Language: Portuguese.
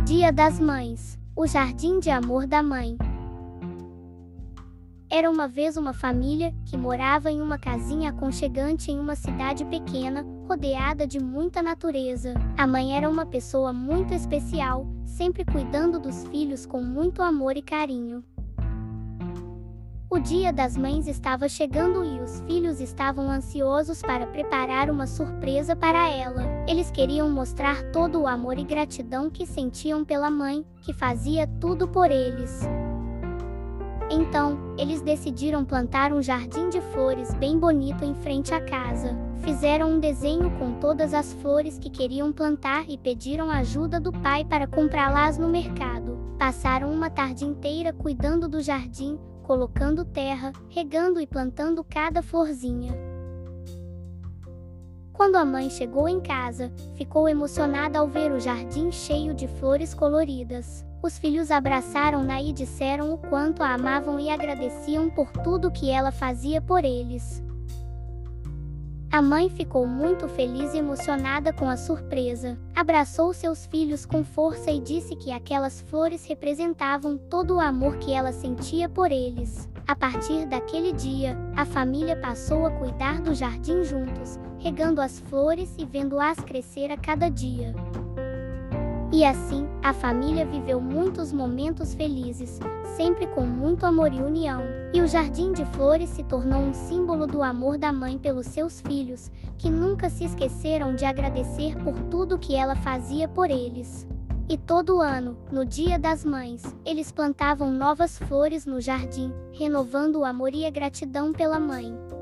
Dia das Mães, o jardim de amor da mãe. Era uma vez uma família que morava em uma casinha aconchegante em uma cidade pequena, rodeada de muita natureza. A mãe era uma pessoa muito especial, sempre cuidando dos filhos com muito amor e carinho. O Dia das Mães estava chegando e os filhos estavam ansiosos para preparar uma surpresa para ela. Eles queriam mostrar todo o amor e gratidão que sentiam pela mãe, que fazia tudo por eles. Então, eles decidiram plantar um jardim de flores bem bonito em frente à casa. Fizeram um desenho com todas as flores que queriam plantar e pediram ajuda do pai para comprá-las no mercado. Passaram uma tarde inteira cuidando do jardim, colocando terra, regando e plantando cada florzinha. Quando a mãe chegou em casa, ficou emocionada ao ver o jardim cheio de flores coloridas. Os filhos abraçaram-na e disseram o quanto a amavam e agradeciam por tudo que ela fazia por eles. A mãe ficou muito feliz e emocionada com a surpresa. Abraçou seus filhos com força e disse que aquelas flores representavam todo o amor que ela sentia por eles. A partir daquele dia, a família passou a cuidar do jardim juntos, regando as flores e vendo-as crescer a cada dia. E assim, a família viveu muitos momentos felizes, sempre com muito amor e união. E o jardim de flores se tornou um símbolo do amor da mãe pelos seus filhos, que nunca se esqueceram de agradecer por tudo que ela fazia por eles. E todo ano, no Dia das Mães, eles plantavam novas flores no jardim, renovando o amor e a gratidão pela mãe.